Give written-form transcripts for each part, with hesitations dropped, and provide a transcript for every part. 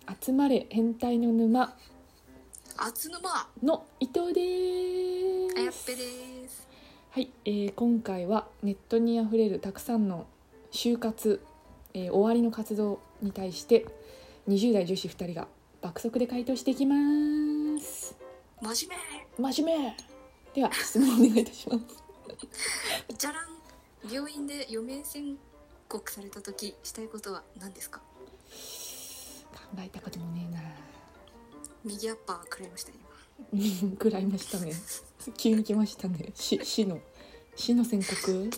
集まれ変態の沼あつぬまの伊藤であやっす。 ぺです。 はい、今回はネットにあふれるたくさんの就活、終わりの活動に対して20代女子2人が爆速で回答していきます。 真面真面目。では質問お願いいたします。 目じゃらん。病院で余命宣告された時したいことは何ですか？ 考えたこともねえな。 右アッパー食らいました今。 食らいましたね。急に来ましたね。死の宣告。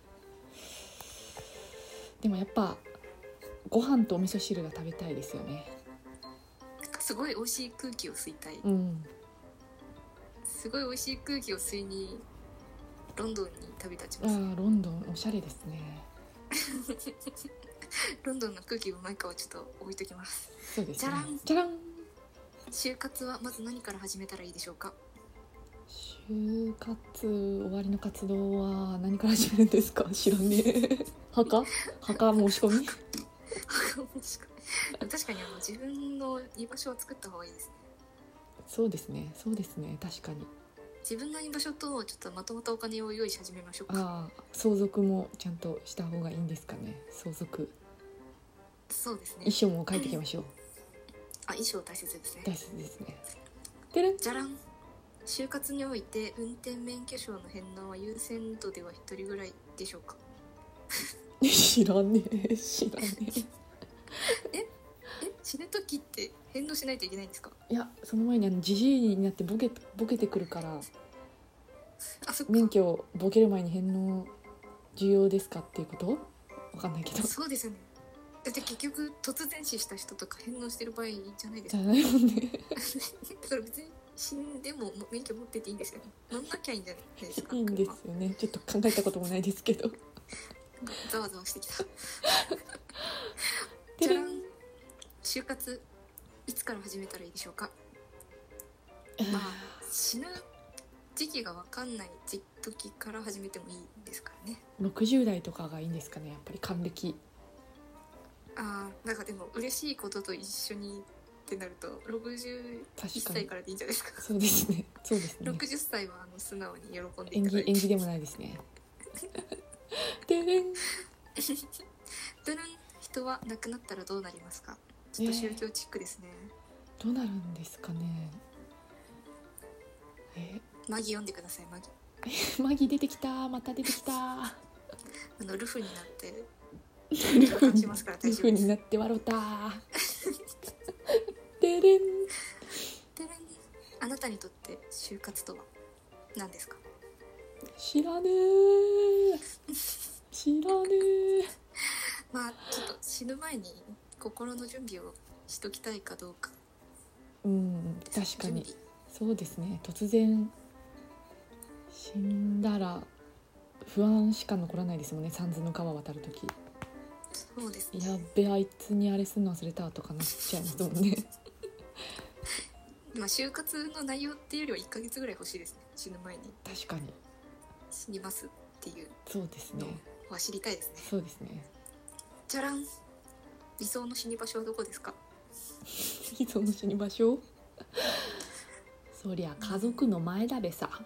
でもやっぱご飯とお味噌汁が食べたいですよね。 なんかすごい美味しい空気を吸いたい、 うん、 すごい美味しい空気を吸いにロンドンに旅立ちます。 ロンドンおしゃれですね。 ロンドンの空気うまいかはちょっと置いときます。 そうですね。 じゃらん。 じゃらん。 就活はまず何から始めたらいいでしょうか？ 就活終わりの活動は何から始めるんですか？知らねえ。墓申し込み。 確かに自分の居場所を作った方がいいですね。 そうですね確かに。 自分の居場所とちょっとまとまったお金を用意し始めましょうか。 相続もちゃんとした方がいいんですかね。相続。 そうですね。 衣装も書いていきましょう。 衣装大切ですね。 大切ですね。てるん。 じゃらん。就活において運転免許証の返納は優先度では1人ぐらいでしょうか？ 知らねえ。 死ぬ時って返納しないといけないんですか？ いや、その前にじじいになってボケてくるから、 そっか。 免許ボケる前に返納重要ですかっていうこと？わかんないけど。 そうですよね。だって結局突然死した人とか返納してる場合じゃないですか。 じゃないもんね。 だから別に死んでも免許持ってていいんですよね。乗んなきゃいいんじゃないですか。 いいんですよね。ちょっと考えたこともないですけど。 ざわざわしてきた。じゃらん。就活いつから始めたらいいでしょうか？まあ死ぬ時期が分かんない時から始めてもいいんですからね。 60代とかがいいんですかね。やっぱり還暦。 なんかでも嬉しいことと一緒にってなると61歳からでいいんじゃないですか。 そうですね 60歳は素直に喜んでいただいて。 縁起でもないですね。でれん。 人は亡くなったらどうなりますか？ちょっと宗教チックですね。 どうなるんですかね。 マギ読んでください。マギ。 マギ出てきた。また出てきた。 ルフになってルフになって笑ったでれん。 あなたにとって就活とは何ですか？ 知らねえ。 まあちょっと死ぬ前に心の準備をしときたいかどうか。 確かにそうですね。突然死んだら不安しか残らないですもんね。三途の川渡るとき。 そうですね。 やっべ、あいつにあれすんの忘れたとかなっちゃいますもんね。 就活の内容っていうよりは1ヶ月ぐらい欲しいですね。死ぬ前に確かに死にますっていう。 そうですね。 は知りたいですね。 そうですね。 じゃらん。理想の死に場所はどこですか？ 理想の死に場所？そりゃ家族の前だべさ。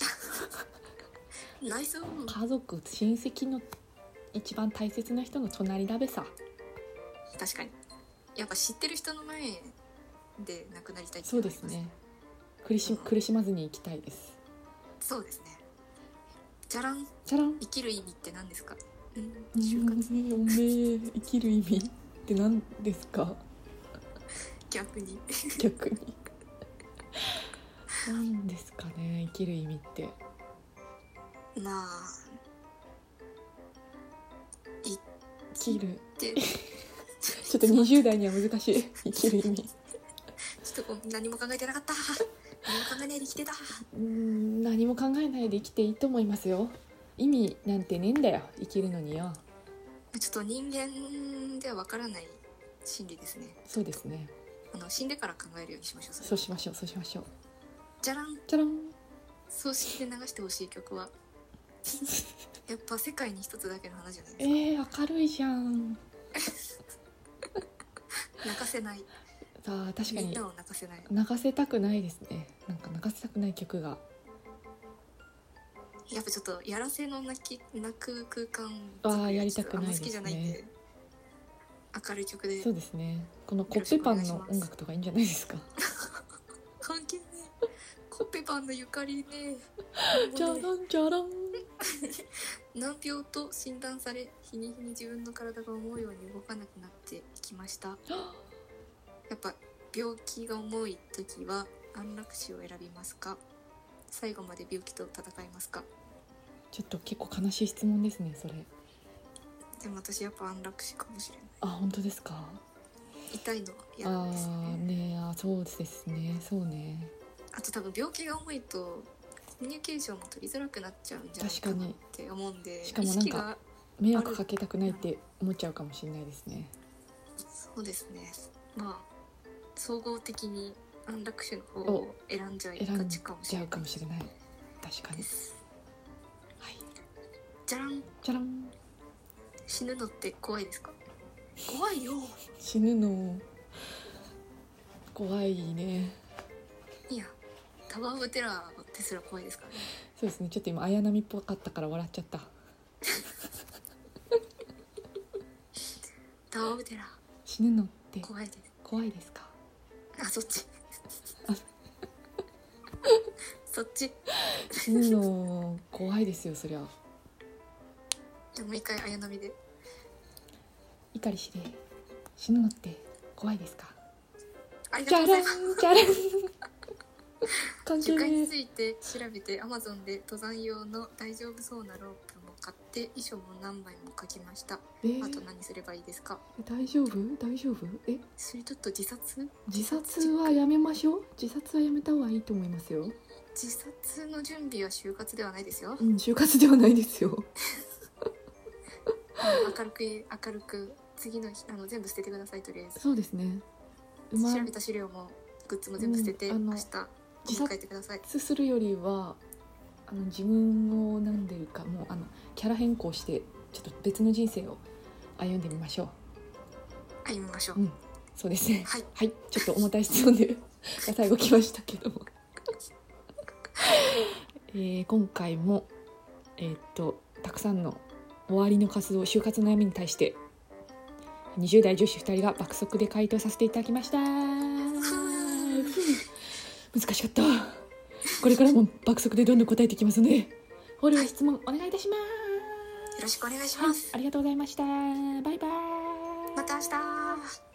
ナイス。 家族親戚の一番大切な人の隣だべさ。 確かにやっぱ知ってる人の前で亡くなりたいってそうですね。苦しまずに生きたいです。 そうですね。じゃらん。 じゃらん。 生きる意味って何ですか？ 就活。おめえ、生きる意味って何ですか？ 逆に何ですかね。生きる意味ってまあ生きるってちょっと20代には難しい。生きる意味ちょっと何も考えてなかった。何も考えないで生きてた。 何も考えないで生きていいと思いますよ。意味なんてねえんだよ、生きるのによ。 ちょっと人間ではわからない心理ですね。 そうですね。 死んでから考えるようにしましょう。 そうしましょう。 じゃらん。葬式で流してほしい曲はやっぱ世界に一つだけの花じゃないですか。 明るいじゃん。 泣かせない。 確かにみんなを泣かせない。 泣かせたくないですね。なんか泣かせたくない曲がやっぱちょっとやらせの泣く空間やりたくないですね。 あんま好きじゃないんで、明るい曲で。 そうですね。このコッペパンの音楽とかいいんじゃないですか。 関係ねコッペパンのゆかりね。 じゃらんじゃらん。 難病と診断され、日に日に自分の体が思うように動かなくなってきました。やっぱ病気が重い時は安楽死を選びますか、最後まで病気と戦いますか。 ちょっと結構悲しい質問ですねそれ。 でも私やっぱ安楽死かもしれない。 本当ですか。 痛いのは嫌なんですね。 そうですね。そうね。 あと多分病気が重いとコミュニケーションも取りづらくなっちゃうんじゃないかなって思うんで、 しかもなんか迷惑かけたくないって思っちゃうかもしれないですね。 そうですね。まあ総合的に安楽死の方を選んじゃいがちかもしれない。確かに。 はい。じゃらん。 じゃらん。 死ぬのって怖いですか？怖いよ。 死ぬの怖いね。 いや、タワーオブテラーですら怖いですからね。 そうですね。ちょっと今綾波っぽかったから笑っちゃった。 タワーオブテラー。 死ぬのって怖いです。 怖いですか？ そっち。そっち。 死ぬの怖いですよそりゃ。 じゃあもう一回綾波で。 碇司令、死ぬのって怖いですか？ ありがとうございます。 じゃらん関係樹海について調べて Amazon で登山用の大丈夫そうなロープも買って遺書も何枚も書きました。あと何すればいいですか？ 大丈夫それちょっと自殺はやめましょう。自殺はやめた方がいいと思いますよ。 自殺の準備は就活ではないですよ。 就活ではないですよ。 明るく次の日全部捨ててください。とりあえずそうですね。 調べた資料もグッズも全部捨てて、明日自帰ってください。 殺するよりは自分を何でいうかもうキャラ変更してちょっと別の人生を歩んでみましょう。そうですね。はい、ちょっと重たい質問で最後来ましたけども今回もたくさんの終わりの活動、就活の悩みに対して20代女子2人が爆速で回答させていただきました。難しかった。これからも爆速でどんどん答えていきますので、フォロー質問お願いいたします。 よろしくお願いします。 ありがとうございました。バイバイ。 また明日。